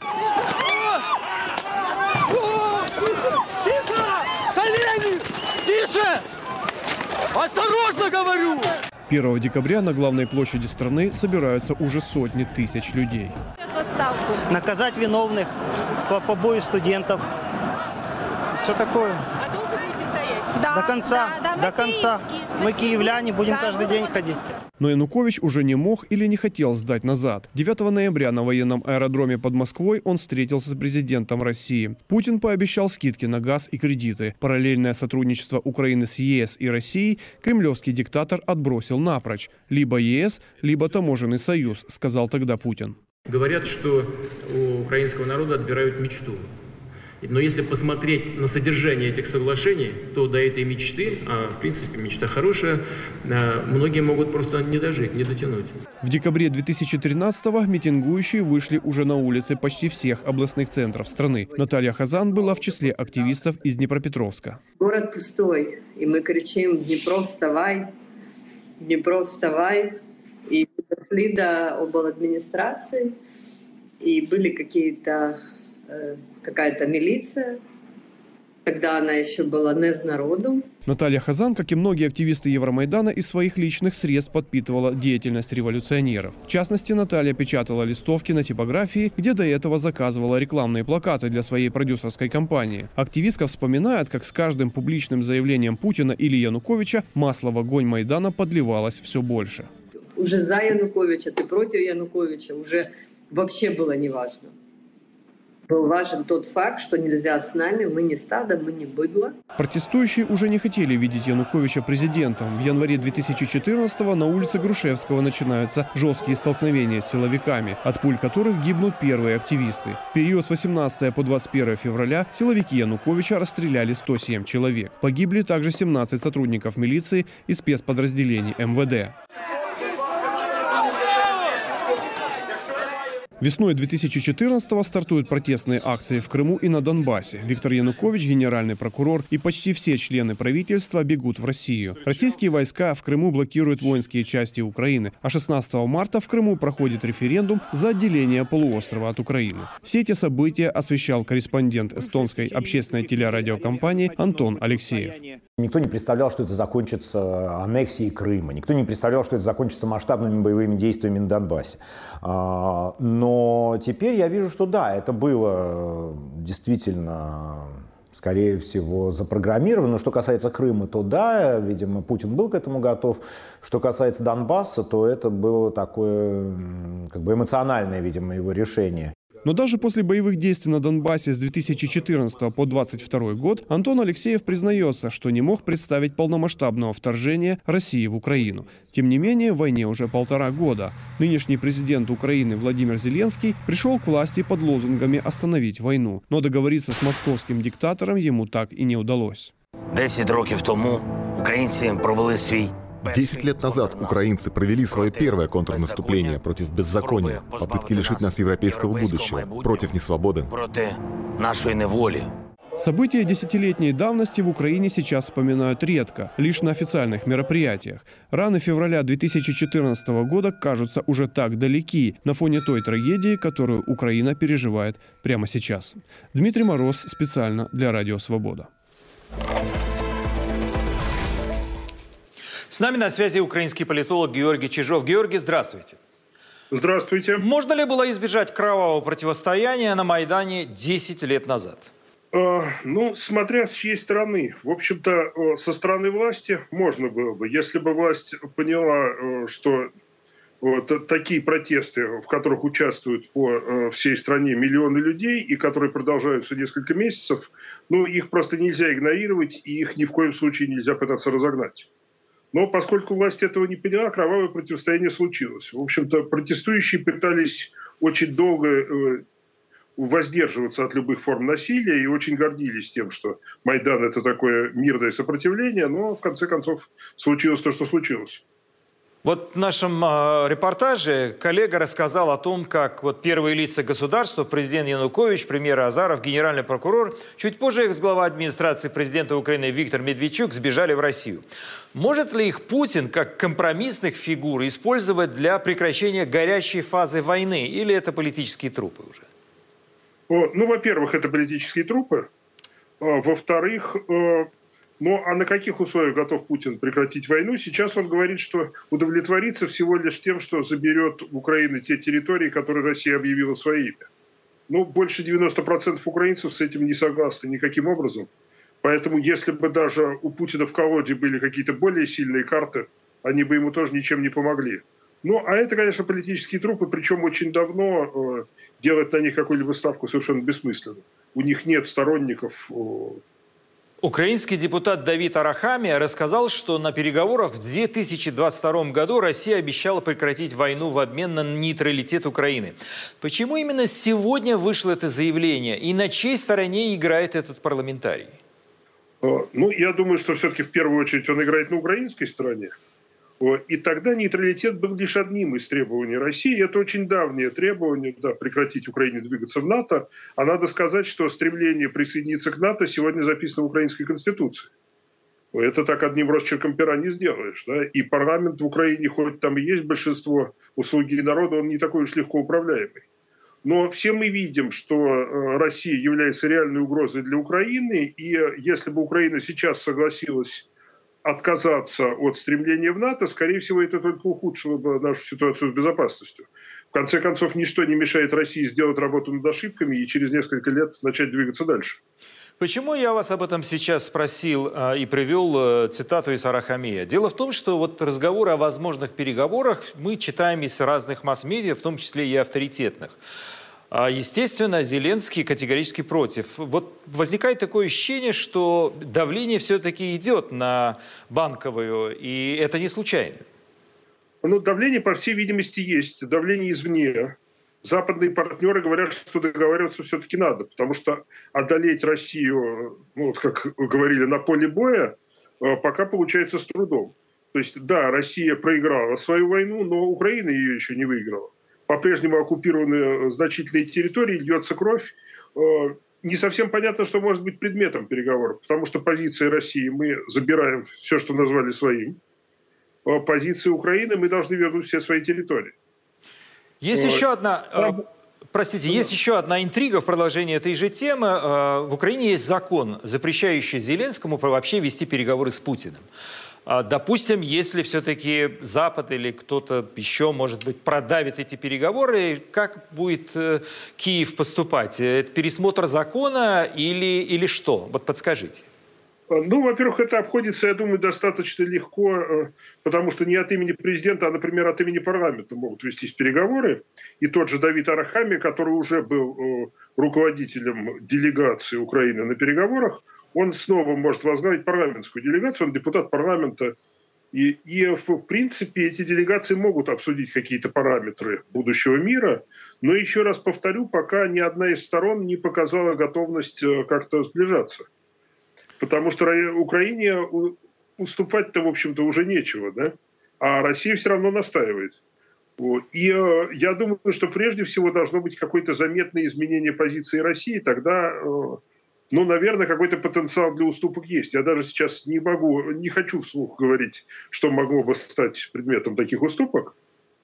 S16: Осторожно, говорю!
S14: 1 декабря на главной площади страны собираются уже сотни тысяч людей.
S17: Наказать виновных по побою студентов. Все такое.
S16: А долго будете стоять?
S17: До конца, до конца. Мы киевляне, будем каждый день ходить.
S14: Но Янукович уже не мог или не хотел сдать назад. 9 ноября на военном аэродроме под Москвой он встретился с президентом России. Путин пообещал скидки на газ и кредиты. Параллельное сотрудничество Украины с ЕС и Россией кремлевский диктатор отбросил напрочь. Либо ЕС, либо таможенный союз, сказал тогда Путин.
S4: Говорят, что у украинского народа отбирают мечту. Но если посмотреть на содержание этих соглашений, то до этой мечты, а в принципе мечта хорошая, многие могут просто не дожить, не дотянуть.
S14: В декабре 2013-го митингующие вышли уже на улицы почти всех областных центров страны. Наталья Хазан была в числе активистов из Днепропетровска.
S18: Город пустой, и мы кричим: «Днепро, вставай! Днепро, вставай!» И дошли до обладминистрации, и были какая-то милиция. Тогда она еще была не с народом.
S14: Наталья Хазан, как и многие активисты Евромайдана, из своих личных средств подпитывала деятельность революционеров. В частности, Наталья печатала листовки на типографии, где до этого заказывала рекламные плакаты для своей продюсерской компании. Активистка вспоминает, как с каждым публичным заявлением Путина или Януковича масло в огонь Майдана подливалось все больше.
S18: Уже за Януковича, ты против Януковича, уже вообще было неважно. Был важен тот факт, что нельзя с нами, мы не стадо, мы не быдло.
S14: Протестующие уже не хотели видеть Януковича президентом. В январе 2014-го на улице Грушевского начинаются жесткие столкновения с силовиками, от пуль которых гибнут первые активисты. В период с 18 по 21 февраля силовики Януковича расстреляли 107 человек. Погибли также 17 сотрудников милиции и спецподразделений МВД. Весной 2014-го стартуют протестные акции в Крыму и на Донбассе. Виктор Янукович, генеральный прокурор и почти все члены правительства бегут в Россию. Российские войска в Крыму блокируют воинские части Украины, а 16 марта в Крыму проходит референдум за отделение полуострова от Украины. Все эти события освещал корреспондент эстонской общественной телерадиокомпании Антон Алексеев.
S2: Никто не представлял, что это закончится аннексией Крыма. Никто не представлял, что это закончится масштабными боевыми действиями на Донбассе. Но теперь я вижу, что да, это было действительно, скорее всего, запрограммировано. Что касается Крыма, то да, видимо, Путин был к этому готов. Что касается Донбасса, то это было такое как бы эмоциональное, видимо, его решение.
S14: Но даже после боевых действий на Донбассе с 2014 по 2022 год Антон Алексеев признается, что не мог представить полномасштабного вторжения России в Украину. Тем не менее, войне уже 1,5 года. Нынешний президент Украины Владимир Зеленский пришел к власти под лозунгами «Остановить войну». Но договориться с московским диктатором ему так и не удалось.
S19: 10 років тому українці провели свій
S13: 10 лет назад украинцы провели свое первое контрнаступление против беззакония, попытки лишить нас европейского будущего, против несвободы.
S19: Проти нашої неволі.
S14: События десятилетней давности в Украине сейчас вспоминают редко, лишь на официальных мероприятиях. Раны февраля 2014 года кажутся уже так далеки на фоне той трагедии, которую Украина переживает прямо сейчас. Дмитрий Мороз специально для Радио Свобода.
S1: С нами на связи украинский политолог Георгий Чижов. Георгий, здравствуйте.
S20: Здравствуйте.
S1: Можно ли было избежать кровавого противостояния на Майдане 10 лет назад?
S20: Ну, смотря с чьей стороны. В общем-то, со стороны власти можно было бы. Если бы власть поняла, что вот такие протесты, в которых участвуют по всей стране миллионы людей, и которые продолжаются несколько месяцев, ну, их просто нельзя игнорировать, и их ни в коем случае нельзя пытаться разогнать. Но поскольку власть этого не поняла, кровавое противостояние случилось. В общем-то, протестующие пытались очень долго воздерживаться от любых форм насилия и очень гордились тем, что Майдан – это такое мирное сопротивление, но в конце концов случилось то, что случилось.
S1: Вот в нашем репортаже коллега рассказал о том, как вот первые лица государства, президент Янукович, премьер Азаров, генеральный прокурор, чуть позже экс-глава администрации президента Украины Виктор Медведчук сбежали в Россию. Может ли их Путин, как компромиссных фигур, использовать для прекращения горячей фазы войны? Или это политические трупы уже?
S20: Ну, во-первых, это политические трупы. Во-вторых, ну, а на каких условиях готов Путин прекратить войну? Сейчас он говорит, что удовлетворится всего лишь тем, что заберет у Украины те территории, которые Россия объявила своими. Ну, больше 90% украинцев с этим не согласны никаким образом. Поэтому, если бы даже у Путина в колоде были какие-то более сильные карты, они бы ему тоже ничем не помогли. Ну, а это, конечно, политические трупы, причем очень давно делать на них какую-либо ставку совершенно бессмысленно. У них нет сторонников.
S1: Украинский депутат Давид Арахамия рассказал, что на переговорах в 2022 году Россия обещала прекратить войну в обмен на нейтралитет Украины. Почему именно сегодня вышло это заявление? И на чьей стороне играет этот парламентарий?
S20: Ну, я думаю, что все-таки в первую очередь он играет на украинской стороне. И тогда нейтралитет был лишь одним из требований России. Это очень давнее требование, да, прекратить Украине двигаться в НАТО. А надо сказать, что стремление присоединиться к НАТО сегодня записано в Украинской Конституции. Это так одним росчерком пера не сделаешь. Да? И парламент в Украине, хоть там и есть большинство у «Слуги народа», он не такой уж легко управляемый. Но все мы видим, что Россия является реальной угрозой для Украины. И если бы Украина сейчас согласилась отказаться от стремления в НАТО, скорее всего, это только ухудшило бы нашу ситуацию с безопасностью. В конце концов, ничто не мешает России сделать работу над ошибками и через несколько лет начать двигаться дальше.
S1: Почему я вас об этом сейчас спросил и привел цитату из Арахамия? Дело в том, что вот разговоры о возможных переговорах мы читаем из разных масс-медиа, в том числе и авторитетных. Естественно, Зеленский категорически против. Вот возникает такое ощущение, что давление все-таки идет на Банковую, и это не случайно.
S20: Ну, давление, по всей видимости, есть. Давление извне. Западные партнеры говорят, что договариваться все-таки надо, потому что одолеть Россию, ну, вот как говорили, на поле боя, пока получается с трудом. То есть, да, Россия проиграла свою войну, но Украина ее еще не выиграла. По-прежнему оккупированы значительные территории, льется кровь. Не совсем понятно, что может быть предметом переговоров, потому что позиции России мы забираем все, что назвали своим. Позиции Украины мы должны вернуть все свои территории.
S1: Есть еще одна, простите, есть еще одна интрига в продолжении этой же темы. В Украине есть закон, запрещающий Зеленскому вообще вести переговоры с Путиным. Допустим, если все-таки Запад или кто-то еще, может быть, продавит эти переговоры, как будет Киев поступать? Это пересмотр закона или что? Вот подскажите.
S20: Ну, во-первых, это обходится, я думаю, достаточно легко, потому что не от имени президента, а, например, от имени парламента могут вестись переговоры. И тот же Давид Арахамия, который уже был руководителем делегации Украины на переговорах, он снова может возглавить парламентскую делегацию, он депутат парламента. И в принципе, эти делегации могут обсудить какие-то параметры будущего мира. Но, еще раз повторю, пока ни одна из сторон не показала готовность как-то сближаться. Потому что Украине уступать-то, в общем-то, уже нечего, да? А Россия все равно настаивает. И я думаю, что прежде всего должно быть какое-то заметное изменение позиции России. Тогда, ну, наверное, какой-то потенциал для уступок есть. Я даже сейчас не хочу вслух говорить, что могло бы стать предметом таких уступок.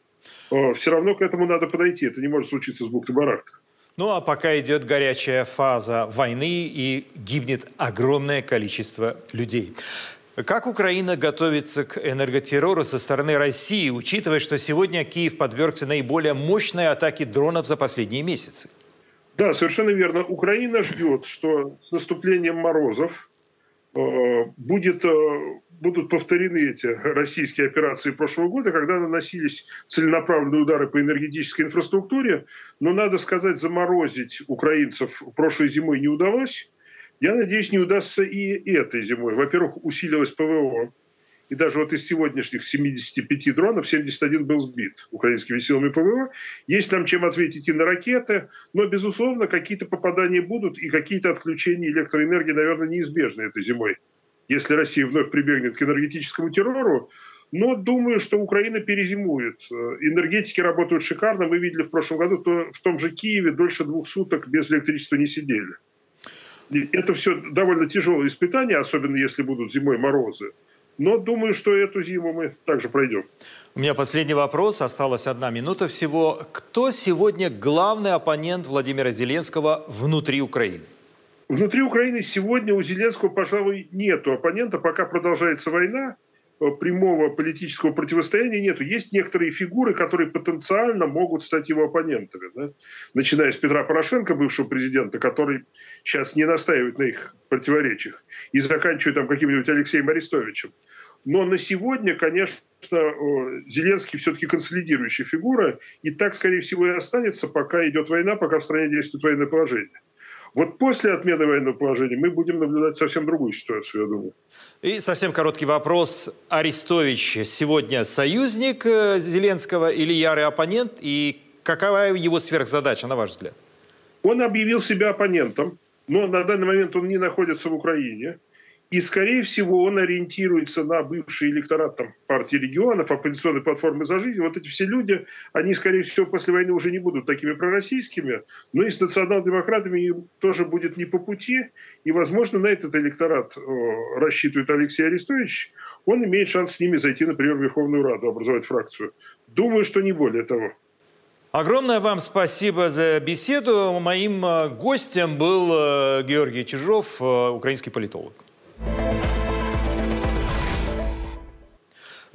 S20: Все равно к этому надо подойти. Это не может случиться с бухты-барахты.
S1: Ну а пока идет горячая фаза войны и гибнет огромное количество людей. Как Украина готовится к энерготеррору со стороны России, учитывая, что сегодня Киев подвергся наиболее мощной атаке дронов за последние месяцы?
S20: Да, совершенно верно. Украина ждет, что с наступлением морозов будут повторены эти российские операции прошлого года, когда наносились целенаправленные удары по энергетической инфраструктуре. Но, надо сказать, заморозить украинцев прошлой зимой не удалось. Я надеюсь, не удастся и этой зимой. Во-первых, усилилось ПВО. И даже вот из сегодняшних 75 дронов 71 был сбит украинскими силами ПВО. Есть нам чем ответить и на ракеты, но, безусловно, какие-то попадания будут, и какие-то отключения электроэнергии, наверное, неизбежны этой зимой, если Россия вновь прибегнет к энергетическому террору. Но думаю, что Украина перезимует. Энергетики работают шикарно. Мы видели в прошлом году, в том же Киеве дольше 2 суток без электричества не сидели. И это все довольно тяжелое испытание, особенно если будут зимой морозы. Но думаю, что эту зиму мы также пройдем.
S1: У меня последний вопрос. Осталась 1 минута всего. Кто сегодня главный оппонент Владимира Зеленского внутри Украины?
S20: Внутри Украины сегодня у Зеленского, пожалуй, нету оппонента. Пока продолжается война, прямого политического противостояния нету. Есть некоторые фигуры, которые потенциально могут стать его оппонентами. Да? Начиная с Петра Порошенко, бывшего президента, который сейчас не настаивает на их противоречиях, и заканчивая там каким-нибудь Алексеем Арестовичем. Но на сегодня, конечно, Зеленский все-таки консолидирующая фигура, и так, скорее всего, и останется, пока идет война, пока в стране действует военное положение. Вот после отмены военного положения мы будем наблюдать совсем другую ситуацию, я думаю.
S1: И совсем короткий вопрос. Арестович сегодня союзник Зеленского или ярый оппонент? И какова его сверхзадача, на ваш взгляд?
S20: Он объявил себя оппонентом, но на данный момент он не находится в Украине. И, скорее всего, он ориентируется на бывший электорат там, партии регионов, оппозиционной платформы «За жизнь». Вот эти все люди, они, скорее всего, после войны уже не будут такими пророссийскими, но и с национал-демократами им тоже будет не по пути. И, возможно, на этот электорат рассчитывает Алексей Арестович. Он имеет шанс с ними зайти, например, в Верховную Раду, образовать фракцию. Думаю, что не более того.
S1: Огромное вам спасибо за беседу. Моим гостем был Георгий Чижов, украинский политолог.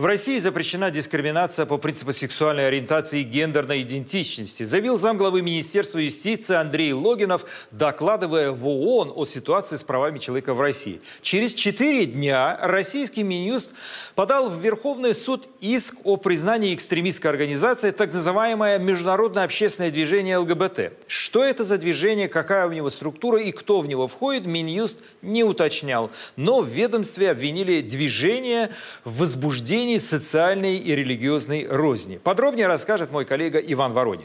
S1: В России запрещена дискриминация по принципу сексуальной ориентации и гендерной идентичности, заявил замглавы Министерства юстиции Андрей Логинов, докладывая в ООН о ситуации с правами человека в России. Через 4 дня российский Минюст подал в Верховный суд иск о признании экстремистской организации так называемое Международное общественное движение ЛГБТ. Что это за движение, какая у него структура и кто в него входит, Минюст не уточнял. Но в ведомстве обвинили движение в возбуждении социальной и религиозной розни. Подробнее расскажет мой коллега Иван Воронин.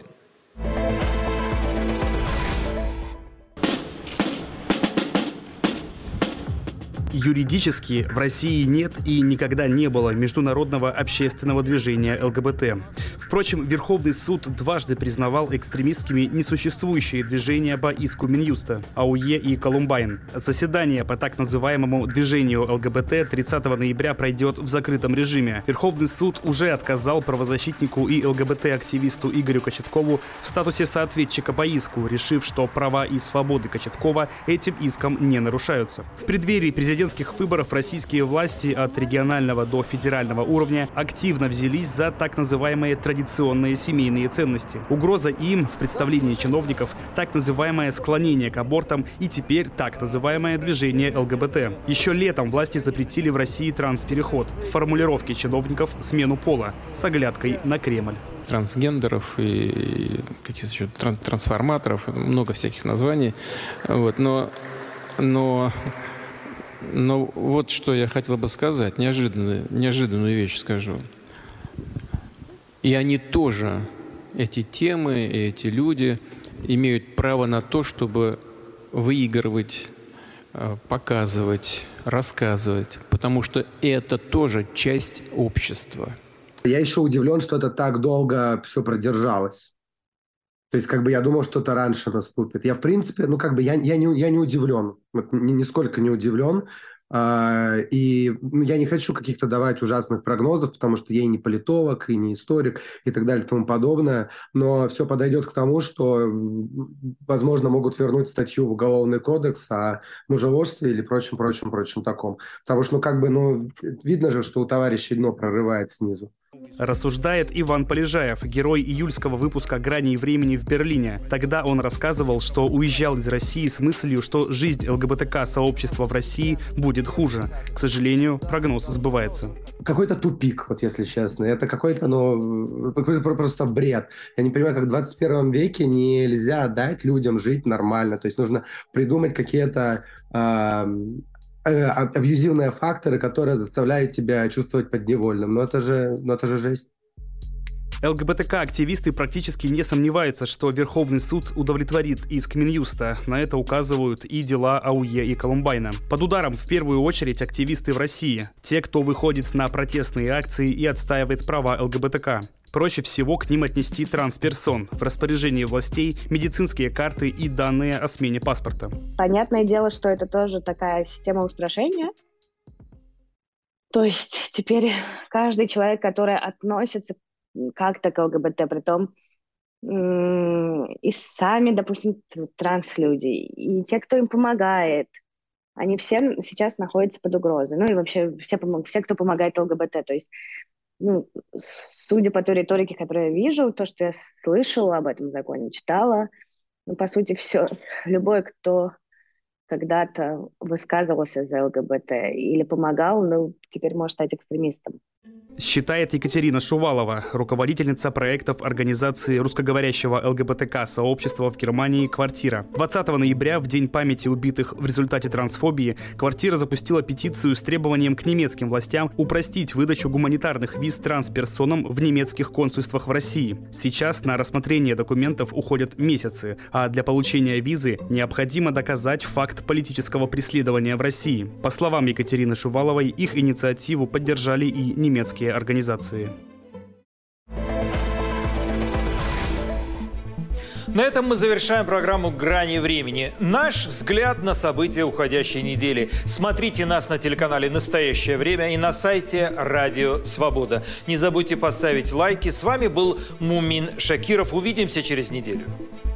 S21: Юридически в России нет и никогда не было международного общественного движения ЛГБТ. Впрочем, Верховный суд дважды признавал экстремистскими несуществующие движения по иску Минюста, АУЕ и Колумбайн. Заседание по так называемому движению ЛГБТ 30 ноября пройдет в закрытом режиме. Верховный суд уже отказал правозащитнику и ЛГБТ-активисту Игорю Кочеткову в статусе соответчика по иску, решив, что права и свободы Кочеткова этим иском не нарушаются. В преддверии президентских выборов российские власти от регионального до федерального уровня активно взялись за так называемые традиционные семейные ценности. Угроза им в представлении чиновников так называемое склонение к абортам и теперь так называемое движение ЛГБТ. Еще летом власти запретили в России транспереход. В формулировке чиновников смену пола с оглядкой на Кремль.
S4: Трансгендеров и каких-то еще трансформаторов, много всяких названий. Вот. Но вот что я хотел бы сказать, неожиданную вещь скажу. И они тоже, эти темы, и эти люди, имеют право на то, чтобы выигрывать, показывать, рассказывать, потому что это тоже часть общества.
S22: Я еще удивлен, что это так долго все продержалось. То есть, я думал, что это раньше наступит. Я, в принципе, я не удивлен. Нисколько не удивлен. И я не хочу каких-то давать ужасных прогнозов, потому что я и не политолог, и не историк, и так далее, и тому подобное. Но все подойдет к тому, что, возможно, могут вернуть статью в Уголовный кодекс о мужеложстве или прочем таком. Потому что, видно же, что у товарищей дно прорывает снизу.
S21: Рассуждает Иван Полежаев, герой июльского выпуска «Граней времени» в Берлине. Тогда он рассказывал, что уезжал из России с мыслью, что жизнь ЛГБТК-сообщества в России будет хуже. К сожалению, прогноз сбывается.
S22: Какой-то тупик, если честно. Это какой-то, просто бред. Я не понимаю, как в 21 веке нельзя дать людям жить нормально. То есть нужно придумать какие-то абьюзивные факторы, которые заставляют тебя чувствовать подневольным. Но это же жесть.
S21: ЛГБТК-активисты практически не сомневаются, что Верховный суд удовлетворит иск Минюста. На это указывают и дела АУЕ и Колумбайна. Под ударом в первую очередь активисты в России. Те, кто выходит на протестные акции и отстаивает права ЛГБТК. Проще всего к ним отнести трансперсон. В распоряжении властей медицинские карты и данные о смене паспорта.
S23: Понятное дело, что это тоже такая система устрашения. То есть теперь каждый человек, который относится как-то к ЛГБТ, притом и сами, допустим, транслюди, и те, кто им помогает, они все сейчас находятся под угрозой. И вообще все, кто помогает ЛГБТ. То есть, судя по той риторике, которую я вижу, то, что я слышала об этом законе, читала, по сути, все. Любой, кто когда-то высказывался за ЛГБТ или помогал, теперь может стать экстремистом.
S21: Считает Екатерина Шувалова, руководительница проектов организации русскоговорящего ЛГБТК-сообщества в Германии «Квартира». 20 ноября, в День памяти убитых в результате трансфобии, «Квартира» запустила петицию с требованием к немецким властям упростить выдачу гуманитарных виз трансперсонам в немецких консульствах в России. Сейчас на рассмотрение документов уходят месяцы, а для получения визы необходимо доказать факт политического преследования в России. По словам Екатерины Шуваловой, их инициативу поддержали и немецкие организации.
S1: На этом мы завершаем программу «Грани времени». Наш взгляд на события уходящей недели. Смотрите нас на телеканале «Настоящее время» и на сайте «Радио Свобода». Не забудьте поставить лайки. С вами был Мумин Шакиров. Увидимся через неделю.